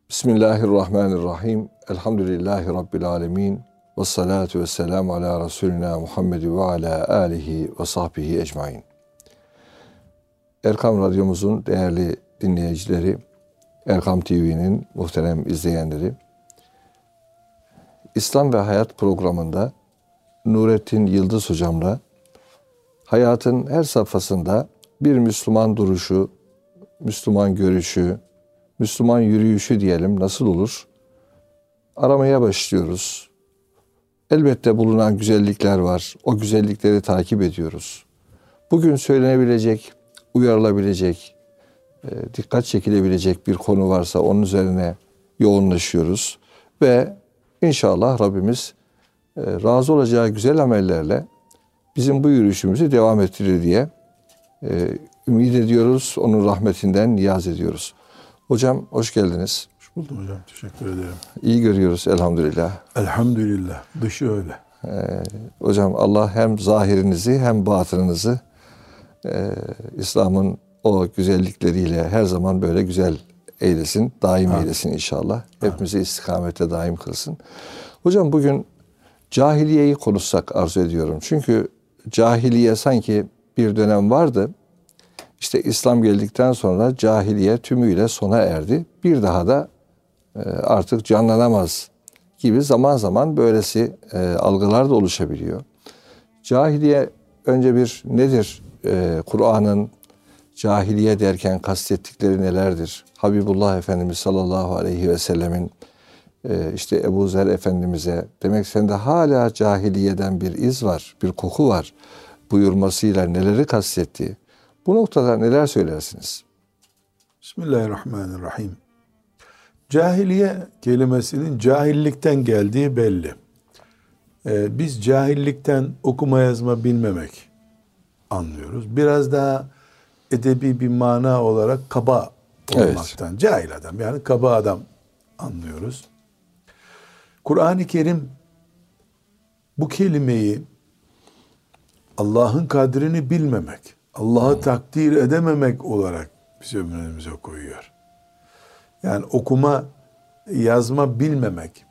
Bismillahirrahmanirrahim. Elhamdülillahi Rabbil alemin. Ve salatu ve selamu ala Resulina Muhammed ve ala alihi ve sahbihi ecmain. Erkam Radyomuzun değerli dinleyicileri, Erkam TV'nin muhterem izleyenleri, İslam ve Hayat programında Nurettin Yıldız hocamla hayatın her safhasında bir Müslüman duruşu, Müslüman görüşü, Müslüman yürüyüşü diyelim nasıl olur? Aramaya başlıyoruz. Elbette bulunan güzellikler var. O güzellikleri takip ediyoruz. Bugün söylenebilecek, uyarılabilecek, dikkat çekilebilecek bir konu varsa onun üzerine yoğunlaşıyoruz. Ve inşallah Rabbimiz razı olacağı güzel amellerle bizim bu yürüyüşümüzü devam ettirir diye ümit ediyoruz. Onun rahmetinden niyaz ediyoruz. Hocam hoş geldiniz. Hoş buldum hocam. Teşekkür ederim. İyi görüyoruz elhamdülillah. Elhamdülillah. Dışı öyle. Hocam Allah hem zahirinizi hem batınınızı İslam'ın o güzellikleriyle her zaman böyle güzel eylesin. Daim eylesin inşallah. Hepimizi istikamete daim kılsın. Hocam bugün cahiliyeyi konuşsak arzu ediyorum. Çünkü cahiliye sanki bir dönem vardı. İşte İslam geldikten sonra cahiliye tümüyle sona erdi. Bir daha da artık canlanamaz gibi zaman zaman böylesi algılar da oluşabiliyor. Cahiliye önce bir nedir? Kur'an'ın cahiliye derken kastettikleri nelerdir? Habibullah Efendimiz sallallahu aleyhi ve sellemin işte Ebu Zer Efendimiz'e demek sende hala cahiliyeden bir iz var, bir koku var buyurmasıyla neleri kastetti? Bu noktada neler söylersiniz? Bismillahirrahmanirrahim. Cahiliye kelimesinin cahillikten geldiği belli. Biz cahillikten okuma yazma bilmemek anlıyoruz. Biraz daha edebi bir mana olarak kaba olmaktan, evet. Cahil adam yani kaba adam anlıyoruz. Kur'an-ı Kerim bu kelimeyi Allah'ın kadrini bilmemek, Allah'ı takdir edememek olarak bizim önümüze koyuyor. Yani okuma, yazma bilmemek,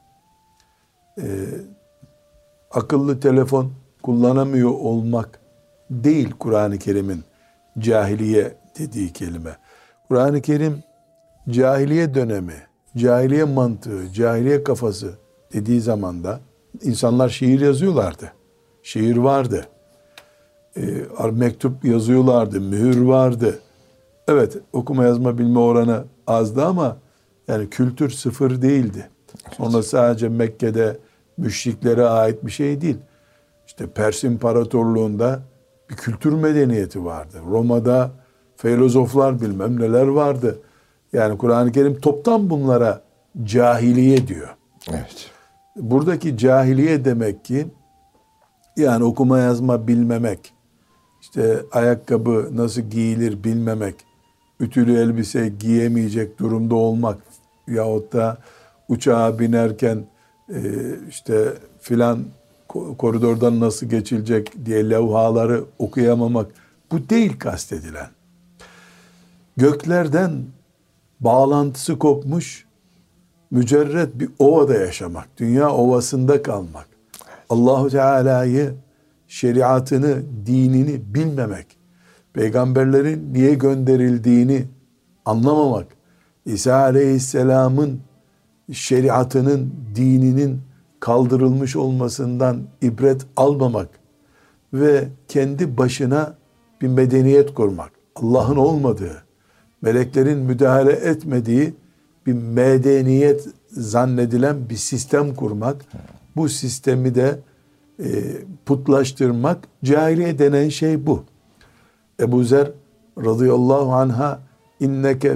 akıllı telefon kullanamıyor olmak değil Kur'an-ı Kerim'in cahiliye dediği kelime. Kur'an-ı Kerim cahiliye dönemi, cahiliye mantığı, cahiliye kafası dediği zaman da insanlar şiir yazıyorlardı. Şiir vardı. Mektup yazıyorlardı, mühür vardı. Evet, okuma yazma bilme oranı azdı ama yani kültür sıfır değildi. Sonra sadece Mekke'de müşriklere ait bir şey değil. İşte Pers İmparatorluğu'nda bir kültür medeniyeti vardı. Roma'da filozoflar bilmem neler vardı. Yani Kur'an-ı Kerim toptan bunlara cahiliye diyor. Evet. Buradaki cahiliye demek ki yani okuma yazma bilmemek, İşte ayakkabı nasıl giyilir bilmemek, ütülü elbise giyemeyecek durumda olmak yahut da uçağa binerken işte filan koridordan nasıl geçilecek diye levhaları okuyamamak, bu değil kastedilen. Göklerden bağlantısı kopmuş, mücerret bir ovada yaşamak, dünya ovasında kalmak, Allahu Teala'yı, şeriatını, dinini bilmemek, peygamberlerin niye gönderildiğini anlamamak, İsa Aleyhisselam'ın şeriatının, dininin kaldırılmış olmasından ibret almamak ve kendi başına bir medeniyet kurmak, Allah'ın olmadığı, meleklerin müdahale etmediği bir medeniyet zannedilen bir sistem kurmak, bu sistemi de putlaştırmak, cahiliye denen şey bu. Ebu Zer radıyallahu anha inne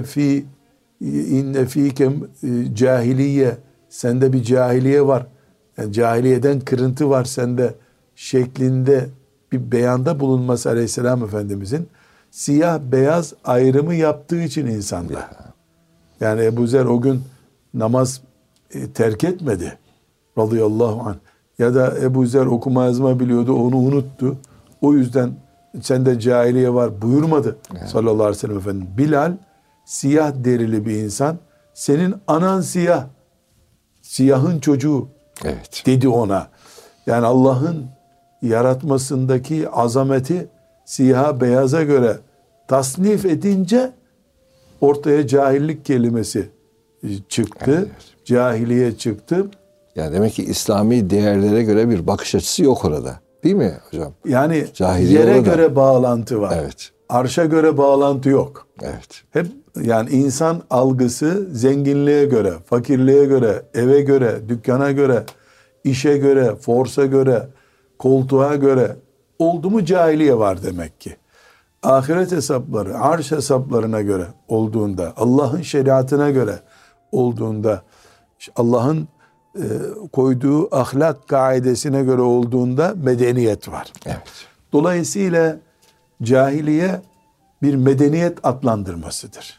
fîke cahiliye, sende bir cahiliye var. Yani cahiliyeden kırıntı var sende şeklinde bir beyanda bulunması Aleyhisselam Efendimizin siyah beyaz ayrımı yaptığı için insanda. Yani Ebu Zer o gün namaz terk etmedi radıyallahu anh. Ya da Ebu Zer okuma yazma biliyordu, onu unuttu. O yüzden sende cahiliye var buyurmadı sallallahu aleyhi ve sellem Efendimiz. Bilal siyah derili bir insan, Senin anan siyah. Siyahın çocuğu Evet. dedi ona. Yani Allah'ın yaratmasındaki azameti siyaha beyaza göre tasnif edince ortaya cahillik kelimesi çıktı. Evet. Cahiliye çıktı. Yani demek ki İslami değerlere göre bir bakış açısı yok orada. Değil mi hocam? Yani Cahiliye yere orada. göre bağlantı var. Evet. Arşa göre bağlantı yok. Evet. Hep yani insan algısı zenginliğe göre, fakirliğe göre, eve göre, dükkana göre, işe göre, forsa göre, koltuğa göre oldu mu cahiliye var demek ki. Ahiret hesapları, arş hesaplarına göre olduğunda, Allah'ın şeriatına göre olduğunda, Allah'ın koyduğu ahlak kaidesine göre olduğunda medeniyet var. Evet. Dolayısıyla cahiliye bir medeniyet adlandırmasıdır.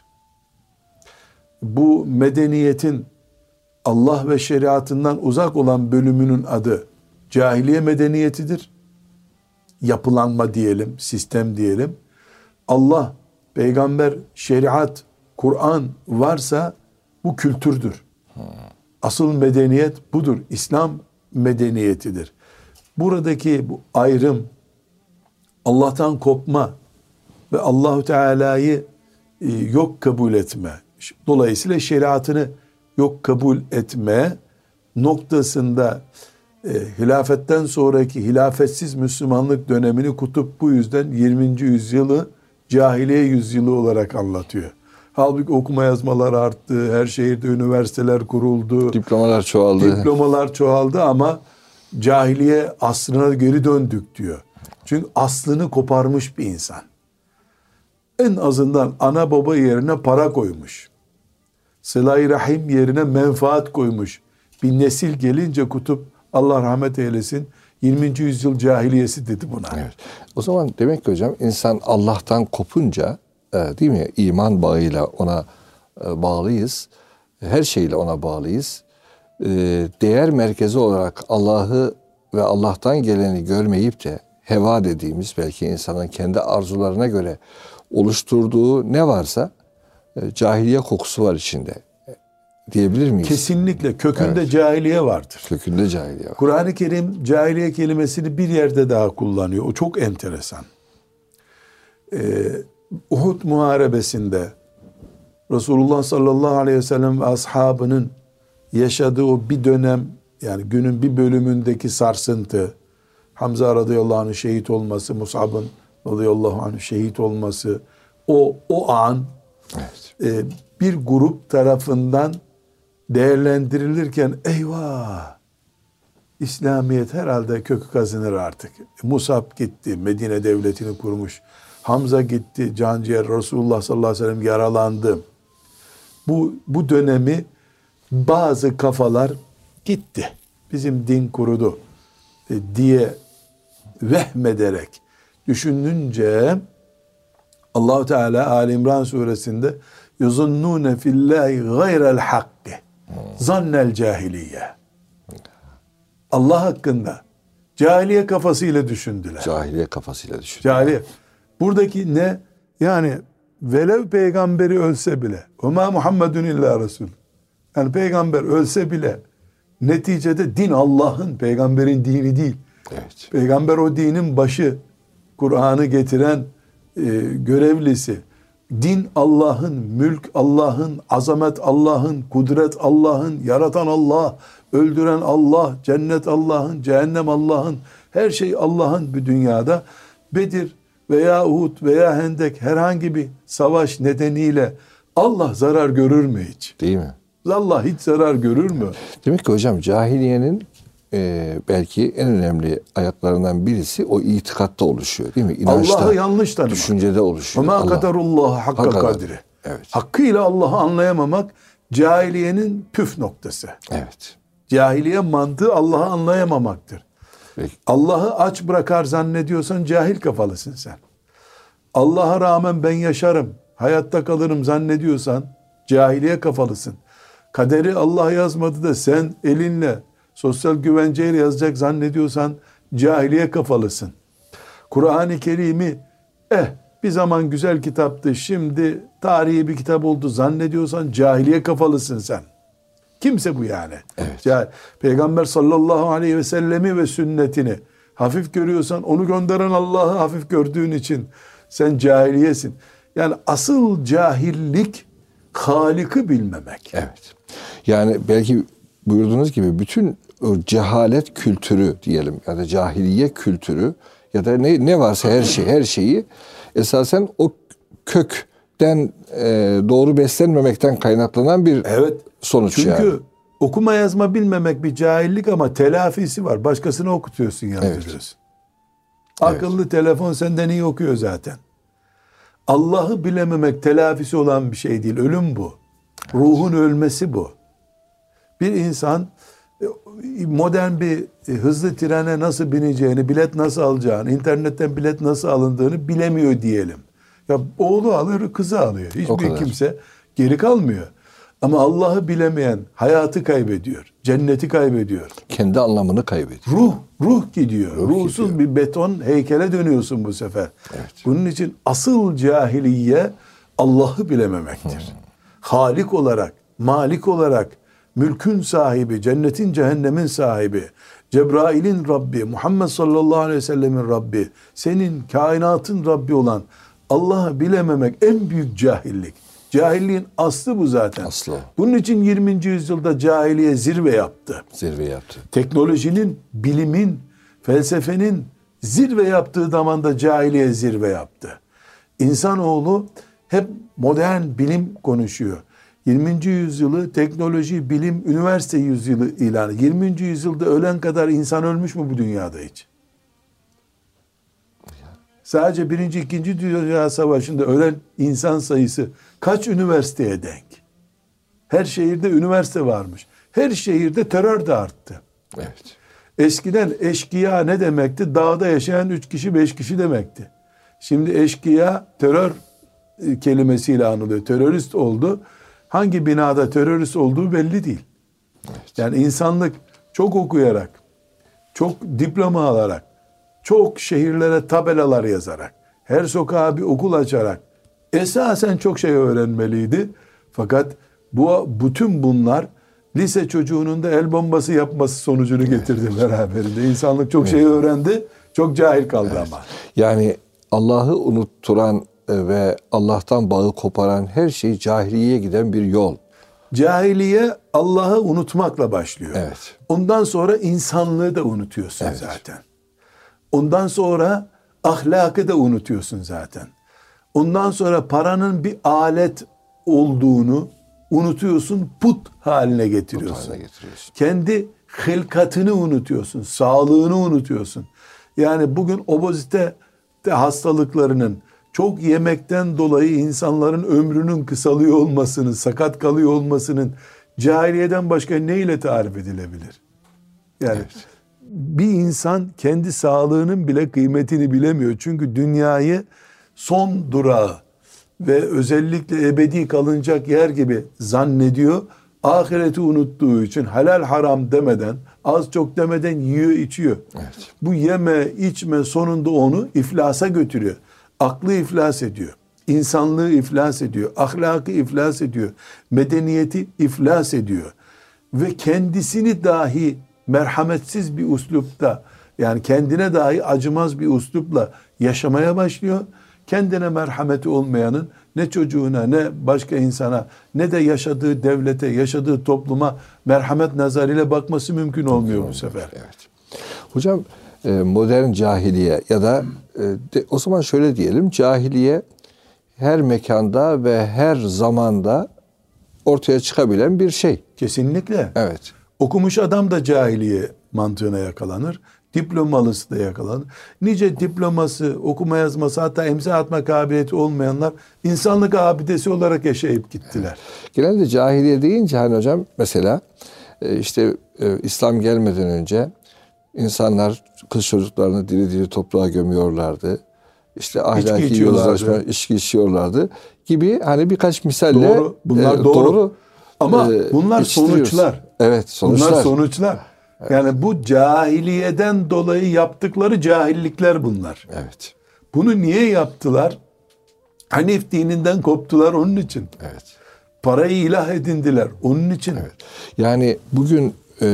Bu medeniyetin Allah ve şeriatından uzak olan bölümünün adı cahiliye medeniyetidir. Yapılanma diyelim, sistem diyelim. Allah, peygamber, şeriat, Kur'an varsa bu kültürdür. Asıl medeniyet budur. İslam medeniyetidir. Buradaki bu ayrım Allah'tan kopma ve Allahu Teala'yı yok kabul etme. Dolayısıyla şeriatını yok kabul etme noktasında hilafetten sonraki hilafetsiz Müslümanlık dönemini kutup bu yüzden 20. yüzyılı cahiliye yüzyılı olarak anlatıyor. Halbuki okuma yazmalar arttı, her şehirde üniversiteler kuruldu. Diplomalar çoğaldı. Diplomalar çoğaldı ama cahiliye asrına geri döndük diyor. Çünkü aslını koparmış bir insan. En azından ana baba yerine para koymuş. Sıla-i Rahim yerine menfaat koymuş. Bir nesil gelince kutup Allah rahmet eylesin 20. yüzyıl cahiliyesi dedi buna. Evet. O zaman demek ki hocam insan Allah'tan kopunca değil mi? İman bağıyla ona bağlıyız. Her şeyle ona bağlıyız. Değer merkezi olarak Allah'ı ve Allah'tan geleni görmeyip de heva dediğimiz belki insanın kendi arzularına göre oluşturduğu ne varsa cahiliye kokusu var içinde. Diyebilir miyiz? Kesinlikle kökünde Evet. cahiliye vardır. Kökünde cahiliye var. Kur'an-ı Kerim cahiliye kelimesini bir yerde daha kullanıyor. O çok enteresan. Uhud muharebesinde Resulullah sallallahu aleyhi ve sellem ve ashabının yaşadığı o bir dönem, yani günün bir bölümündeki sarsıntı, Hamza radıyallahu anh şehit olması, Mus'ab'ın radıyallahu anh şehit olması, o an Evet. bir grup tarafından değerlendirilirken eyvah, İslamiyet herhalde kökü kazınır artık. Mus'ab gitti, Medine devletini kurmuş. Hamza gitti, canciğer Resulullah sallallahu aleyhi ve sellem yaralandı. Bu dönemi bazı kafalar gitti. Bizim din kurudu diye vehmederek düşününce Allah-u Teala Ali İmran suresinde yuzunnune fillahi gayrel hakkı zannel cahiliye. Allah hakkında cahiliye kafasıyla düşündüler. Cahiliye kafasıyla düşün. Cahiliye. Buradaki ne? Yani velev peygamberi ölse bile وَمَا Muhammedun illa Resul. Yani peygamber ölse bile neticede din Allah'ın, peygamberin dini değil. Evet. Peygamber o dinin başı, Kur'an'ı getiren görevlisi. Din Allah'ın, mülk Allah'ın, azamet Allah'ın, kudret Allah'ın, yaratan Allah, öldüren Allah, cennet Allah'ın, cehennem Allah'ın, her şey Allah'ın bir dünyada. Bedir veya Uhud veya Hendek herhangi bir savaş nedeniyle Allah zarar görür mü hiç? Değil mi? Allah hiç zarar görür mü? Demek ki hocam cahiliyenin belki en önemli ayaklarından birisi o itikatta oluşuyor değil mi? İnançta, Allah'ı yanlış tanımak. düşüncede oluşuyor. وَمَا Allah. قَدَرُ اللّٰهَ حَقَّ Hakka kadri. Evet. Hakkıyla Allah'ı anlayamamak cahiliyenin püf noktası. Evet. Cahiliye mantığı Allah'ı anlayamamaktır. Peki. Allah'ı aç bırakar zannediyorsan cahil kafalısın sen. Allah'a rağmen ben yaşarım, hayatta kalırım zannediyorsan cahiliye kafalısın. Kaderi Allah yazmadı da sen elinle sosyal güvenceyle yazacak zannediyorsan cahiliye kafalısın. Kur'an-ı Kerim'i bir zaman güzel kitaptı, şimdi tarihi bir kitap oldu zannediyorsan cahiliye kafalısın sen. Kimse bu yani. Evet. Peygamber sallallahu aleyhi ve sellemi ve sünnetini hafif görüyorsan, onu gönderen Allah'ı hafif gördüğün için sen cahiliyesin. Yani asıl cahillik Halik'i bilmemek. Evet. Yani belki buyurduğunuz gibi bütün o cehalet kültürü diyelim ya da cahiliye kültürü ya da ne varsa her şeyi esasen o kökten doğru beslenmemekten kaynaklanan bir sonuç. Çünkü yani. okuma yazma bilmemek bir cahillik ama telafisi var. Başkasına okutuyorsun, yazdırıyorsun. Evet. Akıllı telefon senden iyi okuyor zaten. Allah'ı bilememek telafisi olan bir şey değil. Ölüm bu. Ruhun ölmesi bu. Bir insan modern bir hızlı trene nasıl bineceğini, bilet nasıl alacağını, internetten bilet nasıl alındığını bilemiyor diyelim. Ya oğlu alır, kızı alıyor. Hiçbir kimse geri kalmıyor. Ama Allah'ı bilemeyen hayatı kaybediyor. Cenneti kaybediyor. Kendi anlamını kaybediyor. Ruh gidiyor. Ruhsuz bir beton heykele dönüyorsun bu sefer. Evet. Bunun için asıl cahiliye Allah'ı bilememektir. Halik olarak, Malik olarak, mülkün sahibi, cennetin cehennemin sahibi, Cebrail'in Rabbi, Muhammed sallallahu aleyhi ve sellemin Rabbi, senin kainatın Rabbi olan Allah'ı bilememek en büyük cahillik. Cahilliğin aslı bu zaten. Aslı. Bunun için 20. yüzyılda cahiliye zirve yaptı. Zirve yaptı. Teknolojinin, bilimin, felsefenin zirve yaptığı zamanda cahiliye zirve yaptı. İnsanoğlu hep modern bilim konuşuyor. 20. yüzyılı teknoloji, bilim, üniversite yüzyılı ilanı. 20. yüzyılda ölen kadar insan ölmüş mü bu dünyada hiç? Sadece 1. 2. Dünya Savaşı'nda ölen insan sayısı kaç üniversiteye denk? Her şehirde üniversite varmış. Her şehirde terör de arttı. Evet. Eskiden eşkıya ne demekti? Dağda yaşayan 3 kişi 5 kişi demekti. Şimdi eşkıya terör kelimesiyle anılıyor. Terörist oldu. Hangi binada terörist olduğu belli değil. Evet. Yani insanlık çok okuyarak, çok diploma alarak, çok şehirlere tabelalar yazarak, her sokağa bir okul açarak esasen çok şey öğrenmeliydi. Fakat bütün bunlar lise çocuğunun da el bombası yapması sonucunu getirdi beraberinde. İnsanlık çok şey öğrendi, çok cahil kaldı ama. Yani Allah'ı unutturan ve Allah'tan bağı koparan her şey cahiliyeye giden bir yol. Cahiliye Allah'ı unutmakla başlıyor. Evet. Ondan sonra insanlığı da unutuyorsun zaten. Ondan sonra ahlakı da unutuyorsun zaten. Ondan sonra paranın bir alet olduğunu unutuyorsun, put haline getiriyorsun. Kendi hılkatını unutuyorsun, sağlığını unutuyorsun. Yani bugün obezite hastalıklarının çok yemekten dolayı insanların ömrünün kısalıyor olmasının, sakat kalıyor olmasının cahiliyeden başka ne ile tarif edilebilir? Yani bir insan kendi sağlığının bile kıymetini bilemiyor. Çünkü dünyayı son durağı ve özellikle ebedi kalınacak yer gibi zannediyor. Ahireti unuttuğu için halal haram demeden, az çok demeden yiyor içiyor. Evet. Bu yeme içme sonunda onu iflasa götürüyor. Aklı iflas ediyor. İnsanlığı iflas ediyor. Ahlakı iflas ediyor. Medeniyeti iflas ediyor. Ve kendisini dahi merhametsiz bir üslupta, yani kendine dahi acımaz bir üslupla yaşamaya başlıyor. Kendine merhameti olmayanın ne çocuğuna, ne başka insana, ne de yaşadığı devlete, yaşadığı topluma merhamet nazarıyla bakması mümkün olmuyor bu sefer. Evet. Hocam modern cahiliye ya da o zaman şöyle diyelim, cahiliye her mekanda ve her zamanda ortaya çıkabilen bir şey. Kesinlikle. Evet. Okumuş adam da cahiliye mantığına yakalanır. Diplomalısı da yakalanır. Nice diploması, okuma yazması, hatta imza atma kabiliyeti olmayanlar insanlık abidesi olarak yaşayıp gittiler. Genelde cahiliye deyince hani hocam mesela işte İslam gelmeden önce insanlar kız çocuklarını diri diri toprağa gömüyorlardı. İşte ahlaki yozlaşma, içki içiyorlardı gibi hani birkaç misalle. Doğru. Bunlar doğru. Ama bunlar sonuçlar. Evet, sonuçlar. Bunlar sonuçlar. Evet. Yani bu cahiliyeden dolayı yaptıkları cahillikler bunlar. Evet. Bunu niye yaptılar? Hanif dininden koptular onun için. Evet. Parayı ilah edindiler onun için. Evet. Yani bugün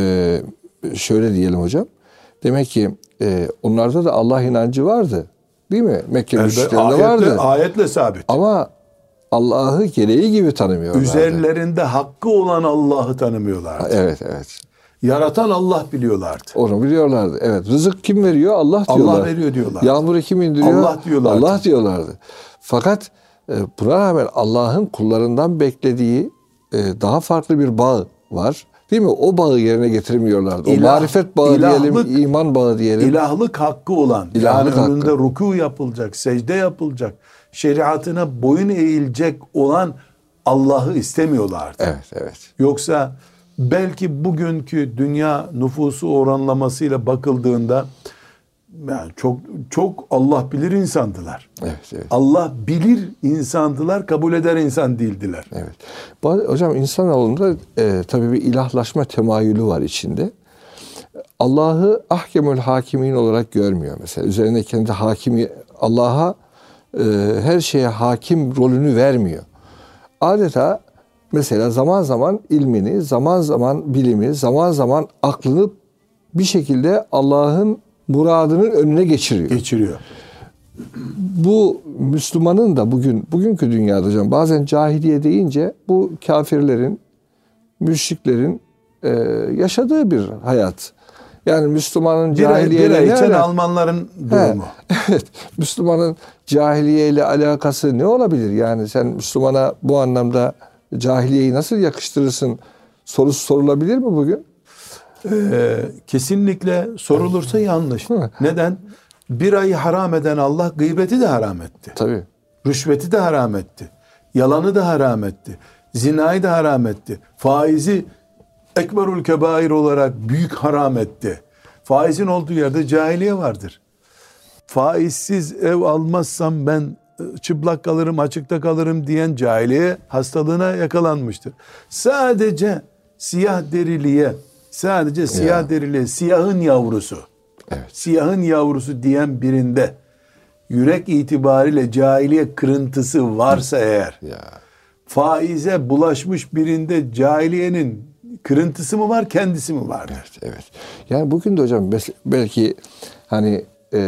şöyle diyelim hocam. Demek ki onlarda da Allah inancı vardı. Değil mi? Mekke müşriklerinde vardı. Ayetle sabit. Ama Allah'ı gereği gibi tanımıyorlardı. Üzerlerinde hakkı olan Allah'ı tanımıyorlardı. Evet, evet. Yaratan Allah biliyorlardı. Onu biliyorlardı. Evet. Rızık kim veriyor? Allah diyorlar. Allah veriyor diyorlar. Yağmuru kim indiriyor? Allah diyorlardı. Allah diyorlardı. Fakat buna rağmen Allah'ın kullarından beklediği daha farklı bir bağ var. Değil mi? O bağı yerine getirmiyorlardı. O marifet bağı diyelim, iman bağı diyelim. İlahlık hakkı olan, İlahlık yani önünde hakkı. ruku yapılacak, secde yapılacak, şeriatına boyun eğilecek olan Allah'ı istemiyorlardı. Evet, evet. Yoksa belki bugünkü dünya nüfusu oranlamasıyla bakıldığında yani çok Allah bilir insandılar. Evet, evet. Allah bilir insandılar, kabul eder insan değildiler. Evet. Hocam insanoğlunda tabii bir ilahlaşma temayülü var içinde. Allah'ı ahkemül hakimin olarak görmüyor mesela. Üzerine kendi hakimi, Allah'a her şeye hakim rolünü vermiyor. Adeta mesela zaman zaman ilmini, zaman zaman bilimi, zaman zaman aklını bir şekilde Allah'ın muradının önüne geçiriyor. Bu Müslümanın da bugünkü dünyada hocam bazen cahiliye deyince bu kafirlerin, müşriklerin yaşadığı bir hayat. Yani Müslümanın cahiliyeyle içen Almanların durumu. Evet. Müslümanın cahiliyeyle alakası ne olabilir? Yani sen Müslümana bu anlamda cahiliyeyi nasıl yakıştırırsın? Sorusu sorulabilir mi bugün? Kesinlikle sorulursa yanlış. Neden? Birayı haram eden Allah gıybeti de haram etti. Tabii. Rüşveti de haram etti. Yalanı da haram etti. Zinayı da haram etti. Faizi ekberul kebair olarak büyük haram etti. Faizin olduğu yerde cahiliye vardır. Faizsiz ev almazsam ben çıplak kalırım, açıkta kalırım diyen cahiliye hastalığına yakalanmıştır. Sadece siyah deriliye, siyahın yavrusu. Evet. Siyahın yavrusu diyen birinde yürek itibariyle cahiliye kırıntısı varsa eğer, faize bulaşmış birinde cahiliyenin kırıntısı mı var, kendisi mi var? Evet, evet. Yani bugün de hocam belki hani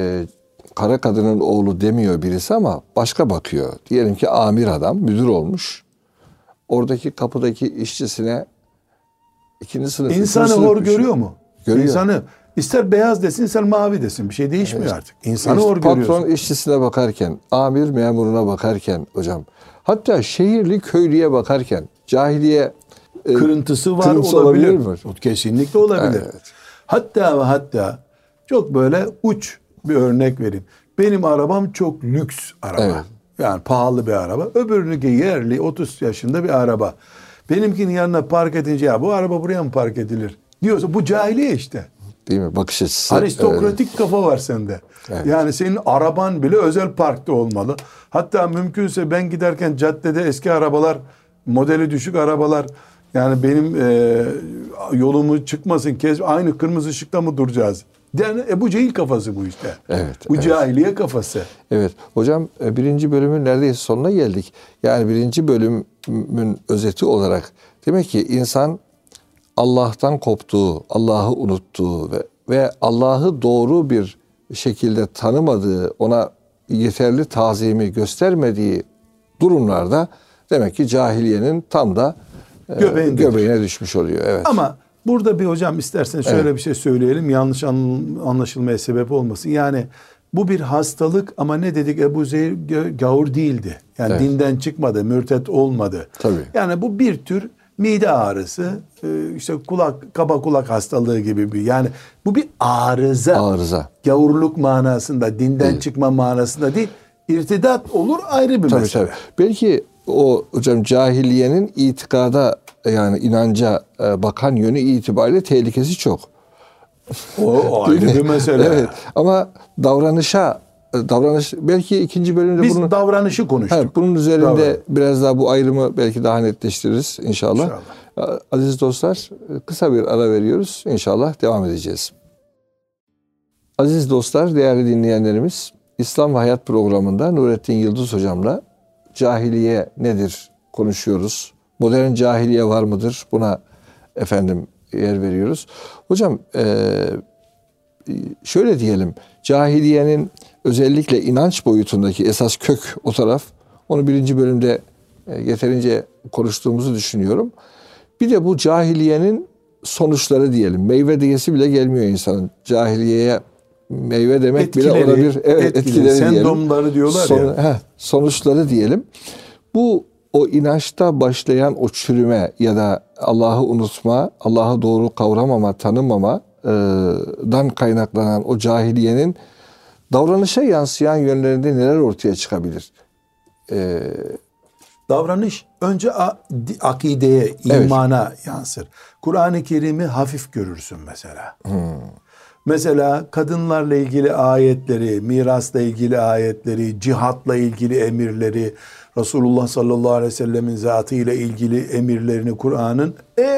kara kadının oğlu demiyor birisi ama başka bakıyor. Diyelim ki amir adam, müdür olmuş. Oradaki kapıdaki işçisine ikinci sınıf. İnsanı hor görüyor mu? Görüyor. İnsanı ister beyaz desin, ister mavi desin. Bir şey değişmiyor artık. İnsanı hor görüyorsun. Patron işçisine bakarken, amir memuruna bakarken hocam, hatta şehirli köylüye bakarken cahiliye kırıntısı var, kırıntısı olabilir mi? Kesinlikle olabilir. Evet. Hatta çok böyle uç bir örnek vereyim. Benim arabam çok lüks araba. Evet. Yani pahalı bir araba. Öbürününki yerli 30 yaşında bir araba. Benimkinin yanına park edince ya bu araba buraya mı park edilir diyorsa bu cahiliye işte. Değil mi? Bakış açısı. Aristokratik kafa var sende. Evet. Yani senin araban bile özel parkta olmalı. Hatta mümkünse ben giderken caddede eski arabalar, modeli düşük arabalar, yani benim yolumu çıkmasın, aynı kırmızı ışıkta mı duracağız? Yani Ebu Cehil kafası bu işte. Evet. Bu cahiliye kafası. Evet. Hocam birinci bölümün neredeyse sonuna geldik. Yani birinci bölümün özeti olarak demek ki insan Allah'tan koptuğu, Allah'ı unuttuğu ve Allah'ı doğru bir şekilde tanımadığı, ona yeterli tazimi göstermediği durumlarda demek ki cahiliyenin tam da göbeğine düşmüş oluyor. Evet. Ama burada bir hocam istersen şöyle bir şey söyleyelim. Yanlış anlaşılmaya sebep olmasın. Yani bu bir hastalık ama ne dedik? Ebu Zehir gavur değildi. Yani dinden çıkmadı, mürtet olmadı. Tabii. Yani bu bir tür mide ağrısı, işte kaba kulak hastalığı gibi bir. Yani bu bir arıza. Gavurluk manasında, dinden çıkma manasında değil. İrtidat olur, ayrı bir mesele. Tabii. Belki o hocam cahiliyenin itikada, yani inanca bakan yönü itibariyle tehlikesi çok. O ayrı bir mesele. Evet. Ama davranış belki ikinci bölümde biz davranışı konuştuk. Evet, bunun üzerinde biraz daha bu ayrımı belki daha netleştiririz inşallah. Aziz dostlar, kısa bir ara veriyoruz. İnşallah devam edeceğiz. Aziz dostlar, değerli dinleyenlerimiz, İslam ve Hayat programında Nurettin Yıldız hocamla cahiliye nedir konuşuyoruz. Modern cahiliye var mıdır? Buna yer veriyoruz. Hocam şöyle diyelim. Cahiliyenin özellikle inanç boyutundaki esas kök o taraf. Onu 1. bölümde yeterince konuştuğumuzu düşünüyorum. Bir de bu cahiliyenin sonuçları diyelim. Meyve diyesi bile gelmiyor insanın. Cahiliyeye meyve demek etkileri, bile olabilir. Evet, etkileri sendromları diyorlar ya. Sonuçları diyelim. Bu o inançta başlayan o çürüme ya da Allah'ı unutma, Allah'ı doğru kavramama, tanımamadan kaynaklanan o cahiliyenin davranışa yansıyan yönlerinde neler ortaya çıkabilir? Davranış önce akideye, imana yansır. Kur'an-ı Kerim'i hafif görürsün mesela. Mesela kadınlarla ilgili ayetleri, mirasla ilgili ayetleri, cihatla ilgili emirleri, Resulullah sallallahu aleyhi ve sellemin zatıyla ilgili emirlerini Kur'an'ın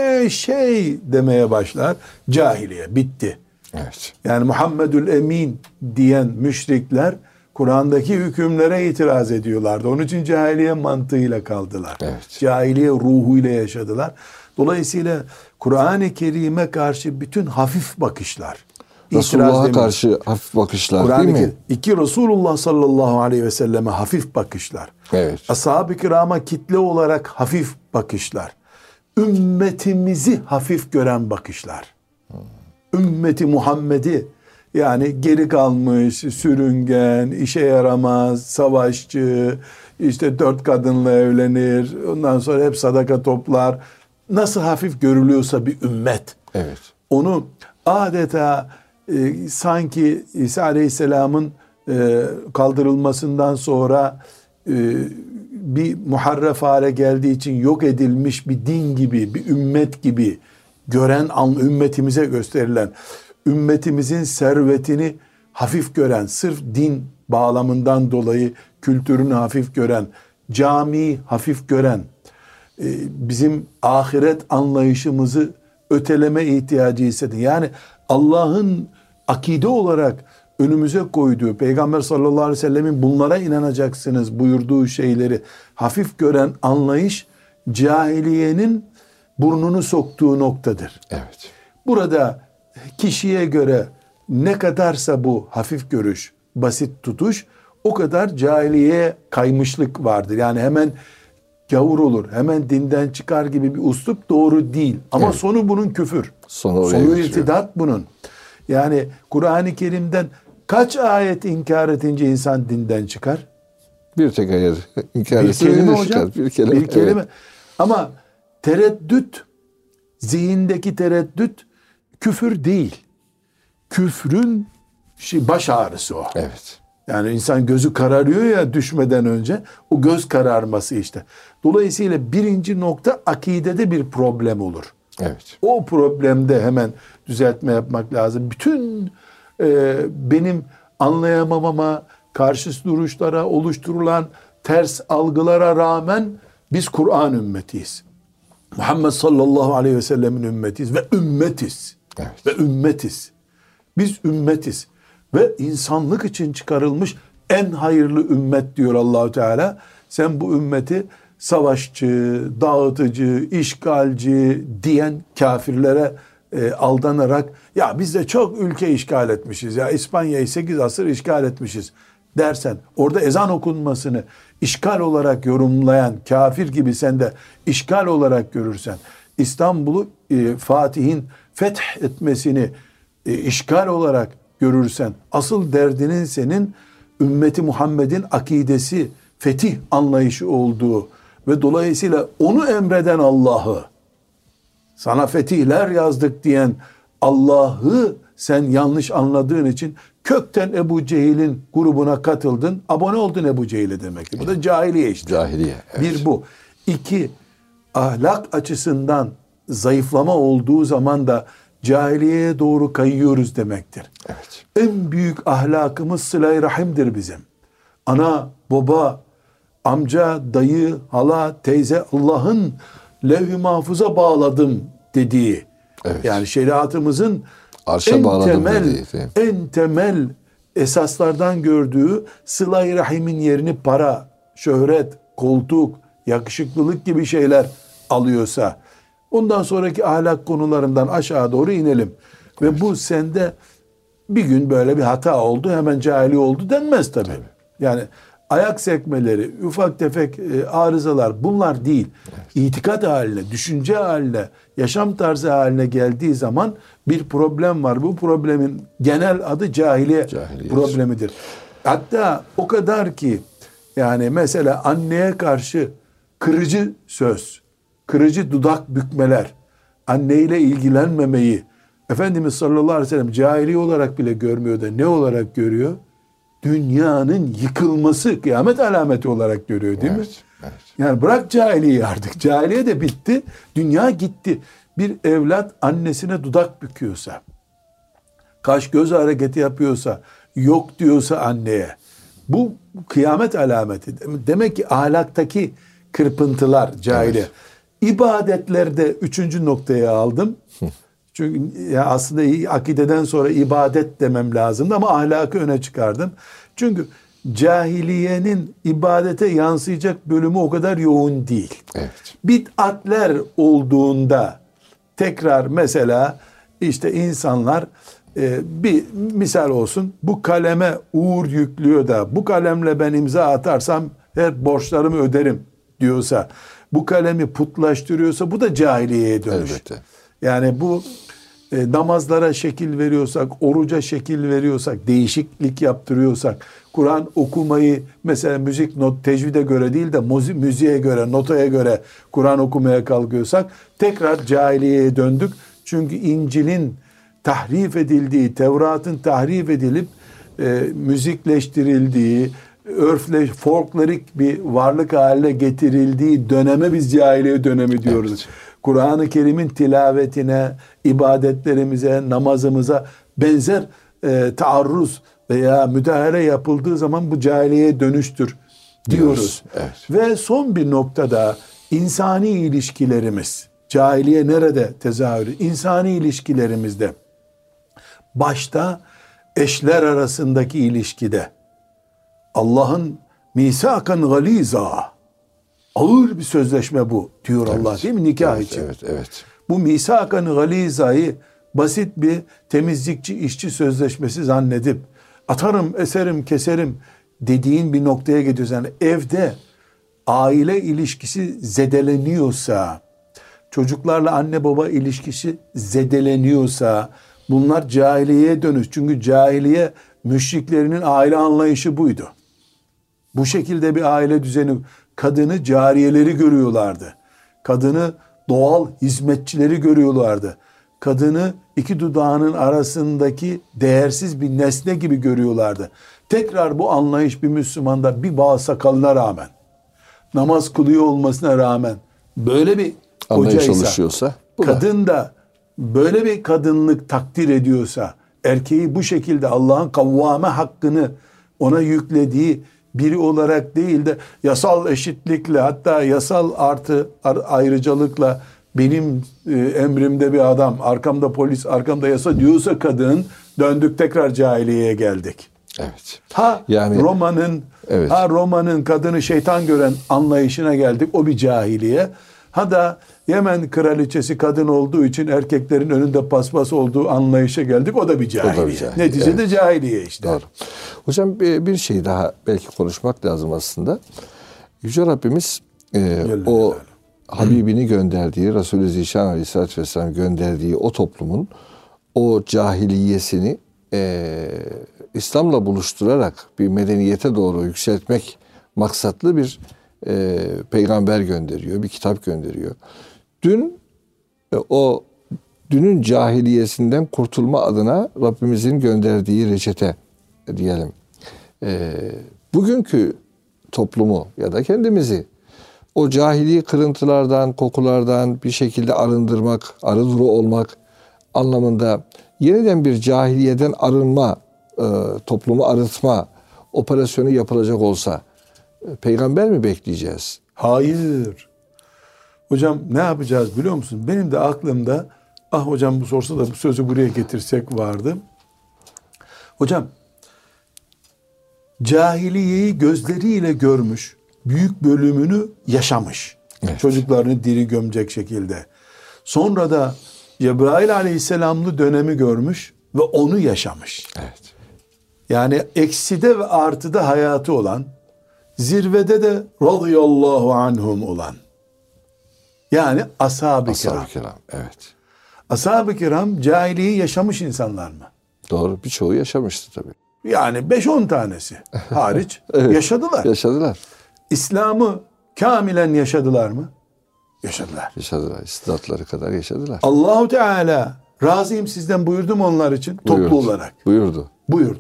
demeye başlar. Cahiliye bitti. Evet. Yani Muhammedül Emin diyen müşrikler Kur'an'daki hükümlere itiraz ediyorlardı. Onun için cahiliye mantığıyla kaldılar. Evet. Cahiliye ruhuyla yaşadılar. Dolayısıyla Kur'an-ı Kerim'e karşı bütün hafif bakışlar, Resulullah'a karşı hafif bakışlar değil mi? İki, Resulullah sallallahu aleyhi ve selleme hafif bakışlar. Evet. Ashab-ı kirama kitle olarak hafif bakışlar. Ümmetimizi hafif gören bakışlar. Ümmeti Muhammed'i, yani geri kalmış, sürüngen, işe yaramaz, savaşçı, işte 4 kadınla evlenir, ondan sonra hep sadaka toplar. Nasıl hafif görülüyorsa bir ümmet. Evet. Onu adeta sanki İsa Aleyhisselam'ın kaldırılmasından sonra bir muharref hale geldiği için yok edilmiş bir din gibi, bir ümmet gibi gören, ümmetimize gösterilen, ümmetimizin servetini hafif gören, sırf din bağlamından dolayı kültürünü hafif gören, camiyi hafif gören, bizim ahiret anlayışımızı öteleme ihtiyacı hisseden, yani Allah'ın akide olarak önümüze koyduğu, Peygamber sallallahu aleyhi ve sellemin bunlara inanacaksınız buyurduğu şeyleri hafif gören anlayış, cahiliyenin burnunu soktuğu noktadır. Evet. Burada kişiye göre ne kadarsa bu hafif görüş, basit tutuş, o kadar cahiliyeye kaymışlık vardır. Yani hemen gavur olur, hemen dinden çıkar gibi bir uslup doğru değil. Ama sonu bunun küfür. Sonu irtidat bunun. Yani Kur'an-ı Kerim'den kaç ayet inkar edince insan dinden çıkar? Bir tek ayet inkar bir kelime hocam. Bir kelime. Evet. Ama tereddüt, zihindeki tereddüt küfür değil. Küfrün baş ağrısı o. Evet. Yani insan gözü kararıyor ya düşmeden önce, o göz kararması işte. Dolayısıyla birinci nokta akidede bir problem olur. Evet. O problemde hemen düzeltme yapmak lazım. Bütün benim anlayamamama, karşı duruşlara oluşturulan ters algılara rağmen biz Kur'an ümmetiyiz. Muhammed sallallahu aleyhi ve sellemin ümmetiyiz ve ümmetiz. Evet. Ve ümmetiz. Biz ümmetiz. Ve insanlık için çıkarılmış en hayırlı ümmet diyor Allahu Teala. Sen bu ümmeti savaşçı, dağıtıcı, işgalci diyen kafirlere aldanarak, ya biz de çok ülke işgal etmişiz, ya İspanya'yı 8 asır işgal etmişiz dersen, orada ezan okunmasını işgal olarak yorumlayan kafir gibi sen de işgal olarak görürsen, İstanbul'u Fatih'in feth etmesini işgal olarak görürsen, asıl derdinin senin ümmeti Muhammed'in akidesi, fetih anlayışı olduğu ve dolayısıyla onu emreden Allah'ı, sana fetihler yazdık diyen Allah'ı sen yanlış anladığın için kökten Ebu Cehil'in grubuna katıldın, abone oldun Ebu Cehil'e demektir. Bu da cahiliye işte. Cahiliye. Evet. Bir bu. İki, ahlak açısından zayıflama olduğu zaman da cahiliyeye doğru kayıyoruz demektir. Evet. En büyük ahlakımız sıla-i rahimdir bizim. Ana, baba, amca, dayı, hala, teyze, Allah'ın levh-i mahfuza bağladım dediği. Evet. Yani şeriatımızın Arşa bağladım dediği. en temel esaslardan gördüğü sıla-i rahimin yerini para, şöhret, koltuk, yakışıklılık gibi şeyler alıyorsa, ondan sonraki ahlak konularından aşağı doğru inelim. Ve bu sende bir gün böyle bir hata oldu, hemen cahili oldu denmez tabii. Yani ayak sekmeleri, ufak tefek arızalar, bunlar değil. İtikat haline, düşünce haline, yaşam tarzı haline geldiği zaman bir problem var. Bu problemin genel adı cahiliye problemidir. Hatta o kadar ki, yani mesela anneye karşı kırıcı söz, kırıcı dudak bükmeler, anneyle ilgilenmemeyi Efendimiz sallallahu aleyhi ve sellem cahiliye olarak bile görmüyor da ne olarak görüyor? Dünyanın yıkılması, kıyamet alameti olarak görüyor, değil mi? Evet. Yani bırak cahiliyeyi artık. Cahiliye de bitti. Dünya gitti. Bir evlat annesine dudak büküyorsa, kaş göz hareketi yapıyorsa, yok diyorsa anneye, bu kıyamet alameti. Demek ki ahlaktaki kırpıntılar cahiliye. Evet. İbadetlerde üçüncü noktaya aldım. Çünkü ya aslında akideden sonra ibadet demem lazımdı ama ahlakı öne çıkardım. Çünkü cahiliyenin ibadete yansıyacak bölümü o kadar yoğun değil. Evet. Bid'atler olduğunda tekrar mesela işte insanlar bir misal olsun, bu kaleme uğur yüklüyor da bu kalemle ben imza atarsam her borçlarımı öderim diyorsa, bu kalemi putlaştırıyorsa bu da cahiliyeye dönüş. Elbette. Yani bu namazlara şekil veriyorsak, oruca şekil veriyorsak, değişiklik yaptırıyorsak, Kur'an okumayı mesela müzik not tecvide göre değil de müziğe göre, notaya göre Kur'an okumaya kalkıyorsak tekrar cahiliyeye döndük. Çünkü İncil'in tahrif edildiği, Tevrat'ın tahrif edilip müzikleştirildiği, folklorik bir varlık haline getirildiği döneme biz cahiliye dönemi diyoruz. Evet. Kur'an-ı Kerim'in tilavetine, ibadetlerimize, namazımıza benzer taarruz veya müdahale yapıldığı zaman bu cahiliyeye dönüştür diyoruz. Evet. Ve son bir noktada insani ilişkilerimiz, cahiliye nerede tezahür? İnsani ilişkilerimizde, başta eşler arasındaki ilişkide, Allah'ın misakan galiza, ağır bir sözleşme bu diyor evet. Allah, değil mi nikah için? Evet. Bu misakan galizayı basit bir temizlikçi işçi sözleşmesi zannedip atarım, eserim, keserim dediğin bir noktaya gidiyorsun. Yani evde aile ilişkisi zedeleniyorsa, çocuklarla anne baba ilişkisi zedeleniyorsa bunlar cahiliyeye dönüş. Çünkü cahiliye müşriklerinin aile anlayışı buydu. Bu şekilde bir aile düzeni, kadını cariyeleri görüyorlardı. Kadını doğal hizmetçileri görüyorlardı. Kadını iki dudağının arasındaki değersiz bir nesne gibi görüyorlardı. Tekrar bu anlayış bir Müslümanda bir bağ sakalına rağmen, namaz kılıyor olmasına rağmen böyle bir kocaysa, kadın da böyle bir kadınlık takdir ediyorsa, erkeği bu şekilde Allah'ın kavvame hakkını ona yüklediği biri olarak değil de yasal eşitlikle, hatta yasal artı ayrıcalıkla benim emrimde bir adam, arkamda polis, arkamda yasa diyorsa kadın, döndük tekrar cahiliyeye geldik. Evet. Yani Roma'nın kadını şeytan gören anlayışına geldik. O bir cahiliye. Da Yemen kraliçesi kadın olduğu için erkeklerin önünde paspas olduğu anlayışa geldik. O da bir cahiliye. Neticede cahiliye işte. Doğru. Hocam bir şey daha belki konuşmak lazım aslında. Yüce Rabbimiz o Habibini gönderdiği, Resulü Zişan Aleyhisselatü Vesselam gönderdiği o toplumun o cahiliyesini İslam'la buluşturarak bir medeniyete doğru yükseltmek maksatlı bir peygamber gönderiyor, bir kitap gönderiyor. Dünün cahiliyesinden kurtulma adına Rabbimizin gönderdiği reçete diyelim. Bugünkü toplumu ya da kendimizi o cahili kırıntılardan, kokulardan bir şekilde arındırmak, arı duru olmak anlamında yeniden bir cahiliyeden arınma, toplumu arıtma operasyonu yapılacak olsa peygamber mi bekleyeceğiz? Hayır. Hocam ne yapacağız biliyor musun? Benim de aklımda hocam bu sorsa da bu sözü buraya getirsek vardı. Hocam cahiliyeyi gözleriyle görmüş, büyük bölümünü yaşamış. Evet. Çocuklarını diri gömecek şekilde. Sonra da Cebrail aleyhisselamlı dönemi görmüş ve onu yaşamış. Evet. Yani ekside ve artıda hayatı olan, zirvede de radıyallahu anhum olan. Yani ashab-ı kiram. Ashab-ı kiram. Evet. Ashab-ı kiram cahiliyeyi yaşamış insanlar mı? Doğru. Birçoğu yaşamıştı tabii. Yani 5-10 tanesi hariç Evet. yaşadılar. Yaşadılar. İslam'ı kamilen yaşadılar mı? Yaşadılar. Yaşadılar. İstidatları kadar yaşadılar. Allahu Teala razıyım sizden buyurdu mu onlar için? Buyurdu. Toplu olarak. Buyurdu. Buyurdu.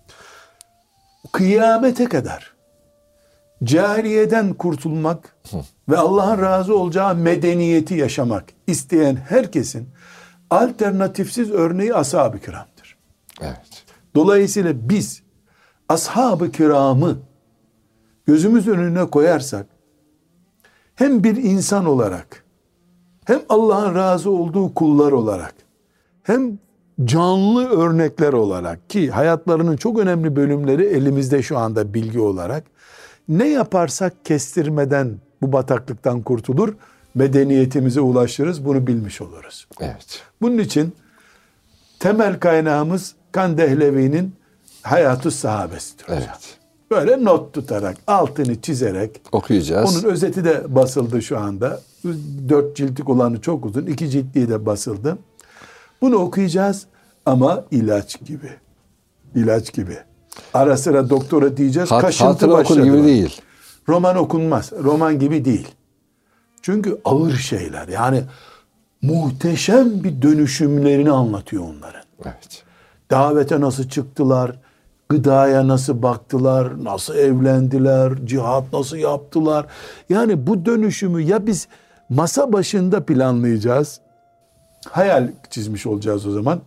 Kıyamete kadar cahiliyeden kurtulmak ve Allah'ın razı olacağı medeniyeti yaşamak isteyen herkesin alternatifsiz örneği ashab-ı kiramdır. Evet. Dolayısıyla biz ashab-ı kiramı gözümüz önüne koyarsak hem bir insan olarak hem Allah'ın razı olduğu kullar olarak hem canlı örnekler olarak ki hayatlarının çok önemli bölümleri elimizde şu anda bilgi olarak ne yaparsak kestirmeden bu bataklıktan kurtulur, medeniyetimize ulaşırız, bunu bilmiş oluruz. Evet. Bunun için temel kaynağımız Kan Dehlevi'nin Hayat-ı Sahabesi'dir hocam. Evet. Böyle not tutarak, altını çizerek, Okuyacağız. onun özeti de basıldı şu anda. 4 ciltlik olanı çok uzun, 2 ciltliği de basıldı. Bunu okuyacağız ama ilaç gibi. İlaç gibi. Ara sıra doktora diyeceğiz, kaşıntı Hatıra okur başladı. gibi değil. Roman okunmaz. Roman gibi değil. Çünkü ağır şeyler. Yani muhteşem bir dönüşümlerini anlatıyor onların. Evet. Davete nasıl çıktılar, gıdaya nasıl baktılar, nasıl evlendiler, cihat nasıl yaptılar. Yani bu dönüşümü ya biz masa başında planlayacağız, hayal çizmiş olacağız o zaman,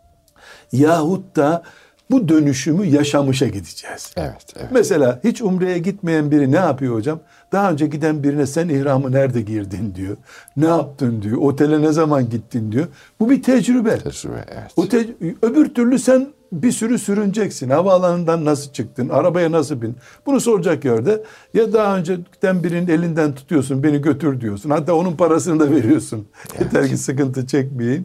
yahut da bu dönüşümü yaşamışa gideceğiz. Evet. Evet. Mesela hiç umreye gitmeyen biri ne yapıyor hocam? Daha önce giden birine sen ihramı nerede girdin diyor. Ne yaptın diyor. Otele ne zaman gittin diyor. Bu bir tecrübe. Tecrübe. Evet. Öbür türlü sen bir sürü sürüneceksin. Havaalanından nasıl çıktın? Arabaya nasıl bin? Bunu soracak yerde ya daha önceden birinin elinden tutuyorsun, beni götür diyorsun. Hatta onun parasını da veriyorsun. Evet. Yeter ki sıkıntı çekmeyeyim.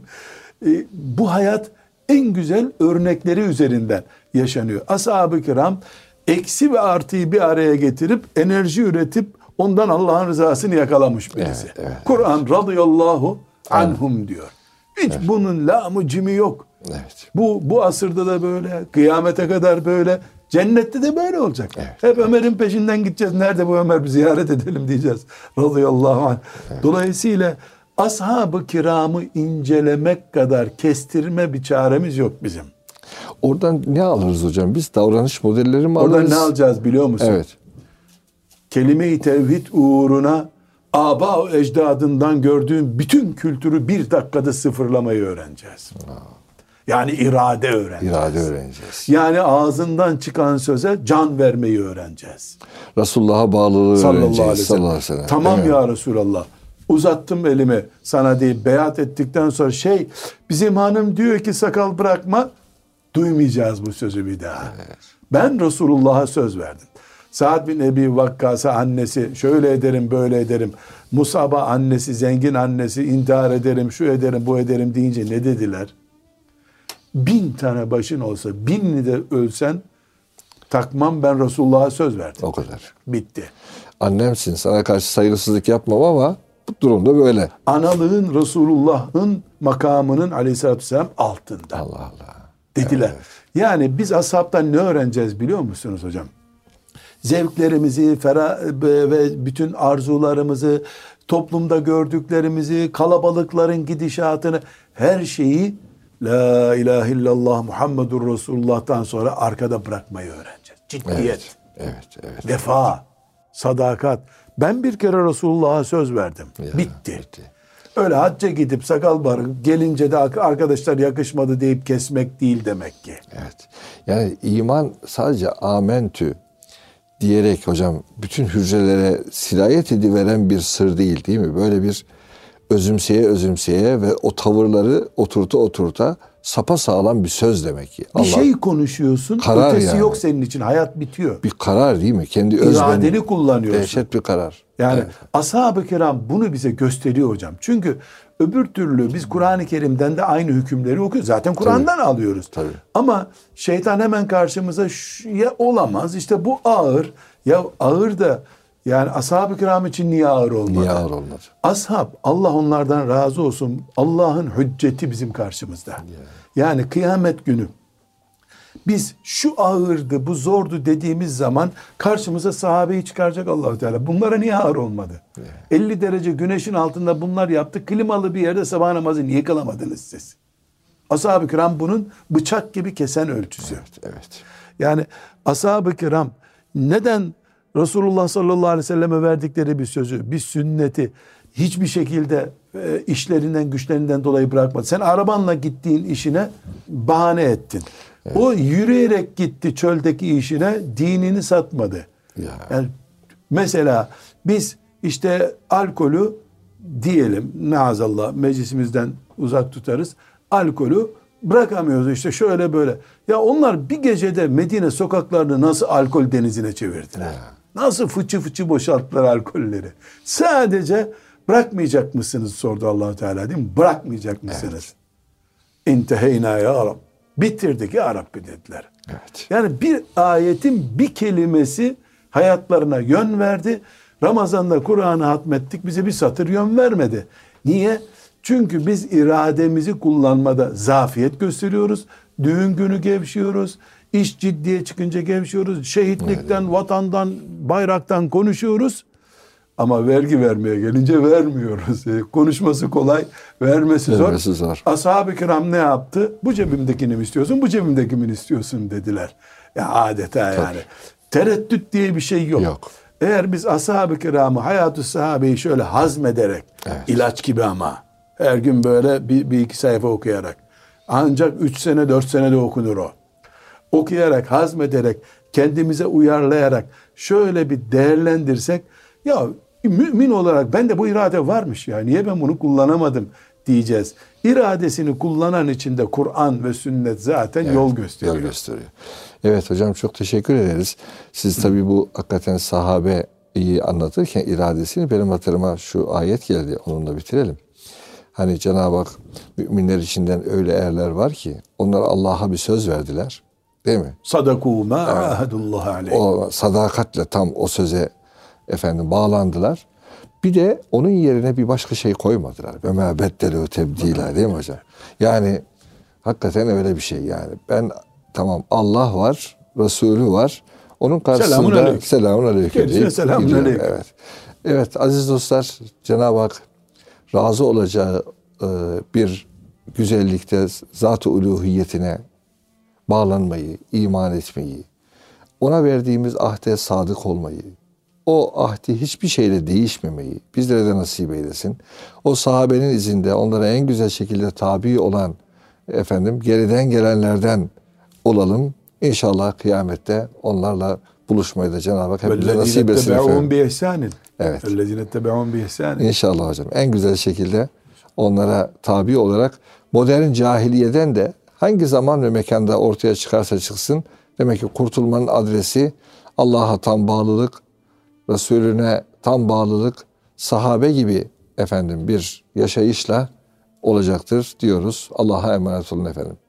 Bu hayat en güzel örnekleri üzerinden yaşanıyor. Ashab-ı kiram eksi ve artıyı bir araya getirip enerji üretip ondan Allah'ın rızasını yakalamış birisi. Evet, evet, Kur'an radıyallahu anhum diyor. Hiç bunun lamı cimi yok. Evet. Bu asırda da böyle, kıyamete kadar böyle, cennette de böyle olacak. Evet, Hep Ömer'in peşinden gideceğiz. Nerede bu Ömer, bir ziyaret edelim diyeceğiz. Radıyallahu anh. Evet. Dolayısıyla ashab-ı kiramı incelemek kadar kestirme bir çaremiz yok bizim. Oradan ne alırız hocam? Biz davranış modelleri mi alırız? Oradan ne alacağız biliyor musun? Evet. Kelime-i tevhid uğruna aba ecdadından gördüğün bütün kültürü bir dakikada sıfırlamayı öğreneceğiz. Yani irade öğreneceğiz. İrade öğreneceğiz. Yani ağzından çıkan söze can vermeyi öğreneceğiz. Resulullah'a bağlılığı Sallallahu aleyhi ve öğreneceğiz. sellem. Sallallahu aleyhi ve sellem. Tamam Değil mi? ya Resulallah. Uzattım elimi sana deyip beyat ettikten sonra bizim hanım diyor ki sakal bırakma, duymayacağız bu sözü bir daha. Evet. Ben Resulullah'a söz verdim. Sa'd bin Ebi Vakkas'a annesi şöyle ederim böyle ederim. Musab'a annesi, zengin annesi intihar ederim, şu ederim bu ederim deyince ne dediler? 1000 tane başın olsa 1000'ini de ölsen takmam, ben Resulullah'a söz verdim. O kadar. Bitti. Annemsin, sana karşı saygısızlık yapmam ama bu durumda böyle. Analığın Resulullah'ın makamının aleyhissalatü vesselam altında. Allah Allah. Dediler. Evet. Yani biz ashabtan ne öğreneceğiz biliyor musunuz hocam? Zevklerimizi, ve bütün arzularımızı, toplumda gördüklerimizi, kalabalıkların gidişatını, her şeyi La ilahe illallah Muhammedur Resulullah'tan sonra arkada bırakmayı öğreneceğiz. Ciddiyet, Evet. vefa, sadakat. Ben bir kere Resulullah'a söz verdim. Ya, bitti. Öyle hacca gidip sakal barıp gelince de arkadaşlar yakışmadı deyip kesmek değil demek ki. Evet. Yani iman sadece amentü diyerek hocam bütün hücrelere sirayet ediveren bir sır değil mi? Böyle bir özümseye ve o tavırları oturta sapasağlam bir söz demek ki. Bir şey konuşuyorsun, karar ötesi yani. yok senin için. Hayat bitiyor. Bir karar değil mi? Kendi özbeni. İradeni kullanıyorsun. Dehşet bir karar. Yani Evet. ashab-ı kiram bunu bize gösteriyor hocam. Çünkü öbür türlü biz Kur'an-ı Kerim'den de aynı hükümleri okuyoruz. Zaten Kur'an'dan alıyoruz. Tabii. Ama şeytan hemen karşımıza ya olamaz işte bu ağır. Ya ağır da yani ashab-ı kiram için niye ağır olmadı? Niye ağır olmadı? Ashab, Allah onlardan razı olsun. Allah'ın hücceti bizim karşımızda. Yani kıyamet günü biz şu ağırdı, bu zordu dediğimiz zaman karşımıza sahabeyi çıkaracak Allah-u Teala. Bunlara niye ağır olmadı? 50 derece güneşin altında bunlar yaptı. Klimalı bir yerde sabah namazı niye kılamadınız siz? Ashab-ı kiram bunun bıçak gibi kesen ölçüsü. Evet. Yani ashab-ı kiram neden Resulullah sallallahu aleyhi ve selleme verdikleri bir sözü, bir sünneti hiçbir şekilde işlerinden, güçlerinden dolayı bırakmadı. Sen arabanla gittiğin işine bahane ettin. Evet. O yürüyerek gitti çöldeki işine, dinini satmadı. Yani mesela biz işte alkolü diyelim maazallah meclisimizden uzak tutarız. Alkolü bırakamıyoruz işte şöyle böyle. Ya onlar bir gecede Medine sokaklarını nasıl alkol denizine çevirdiler? Nasıl fıçı fıçı boşalttılar alkolleri? Sadece bırakmayacak mısınız sordu Allah Teala, değil mi? Bırakmayacak mısınız? İnteheyna ya Rab. Bitirdik ya Rabbi dediler. Evet. Yani bir ayetin bir kelimesi hayatlarına yön verdi. Ramazan'da Kur'an'ı hatmettik, bize bir satır yön vermedi. Niye? Çünkü biz irademizi kullanmada zafiyet gösteriyoruz. Düğün günü gevşiyoruz. İş ciddiye çıkınca gevşiyoruz. Şehitlikten, vatandan, bayraktan konuşuyoruz. Ama vergi vermeye gelince vermiyoruz. Konuşması kolay, vermesi zor. Ashab-ı kiram ne yaptı? Bu cebimdekini mi istiyorsun, bu cebimdekini mi istiyorsun dediler. Ya adeta yani. Tereddüt diye bir şey yok. Eğer biz ashab-ı kiramı, hayat-ı sahabeyi şöyle hazmederek, ilaç gibi ama her gün böyle bir iki sayfa okuyarak, ancak 3 sene 4 senede okunur o. Okuyarak, hazmederek, kendimize uyarlayarak şöyle bir değerlendirsek, ya mümin olarak bende bu irade varmış ya, niye ben bunu kullanamadım diyeceğiz. İradesini kullanan için de Kur'an ve sünnet zaten yol gösteriyor. Yol gösteriyor. Evet hocam, çok teşekkür ederiz. Siz tabii bu hakikaten sahabeyi anlatırken iradesini, benim hatırıma şu ayet geldi, onunla bitirelim. Hani Cenab-ı Hak müminler içinden öyle erler var ki onlar Allah'a bir söz verdiler. Değil mi? Sadakû mâ ahadullah aleyh. O sadakatle tam o söze bağlandılar. Bir de onun yerine bir başka şey koymadılar. Ve mâ beddelû tebdîlâ, değil mi hocam? Yani hakikaten öyle bir şey yani. Ben tamam, Allah var, Resulü var. Onun karşısında selamun aleyküm deyip gidiyorum. Evet. Evet aziz dostlar, Cenab-ı Hak razı olacağı bir güzellikte zat-ı uluhiyetine bağlanmayı, iman etmeyi, ona verdiğimiz ahde sadık olmayı, o ahdi hiçbir şeyle değişmemeyi bizlere de nasip eylesin. O sahabenin izinde onlara en güzel şekilde tabi olan geriden gelenlerden olalım. İnşallah kıyamette onlarla buluşmayı da Cenab-ı Hak hepimize nasip etsin efendim. Evet. İnşallah hocam. En güzel şekilde onlara tabi olarak modern cahiliyeden de hangi zaman ve mekanda ortaya çıkarsa çıksın, demek ki kurtulmanın adresi Allah'a tam bağlılık, Resulüne tam bağlılık, sahabe gibi bir yaşayışla olacaktır diyoruz. Allah'a emanet olun efendim.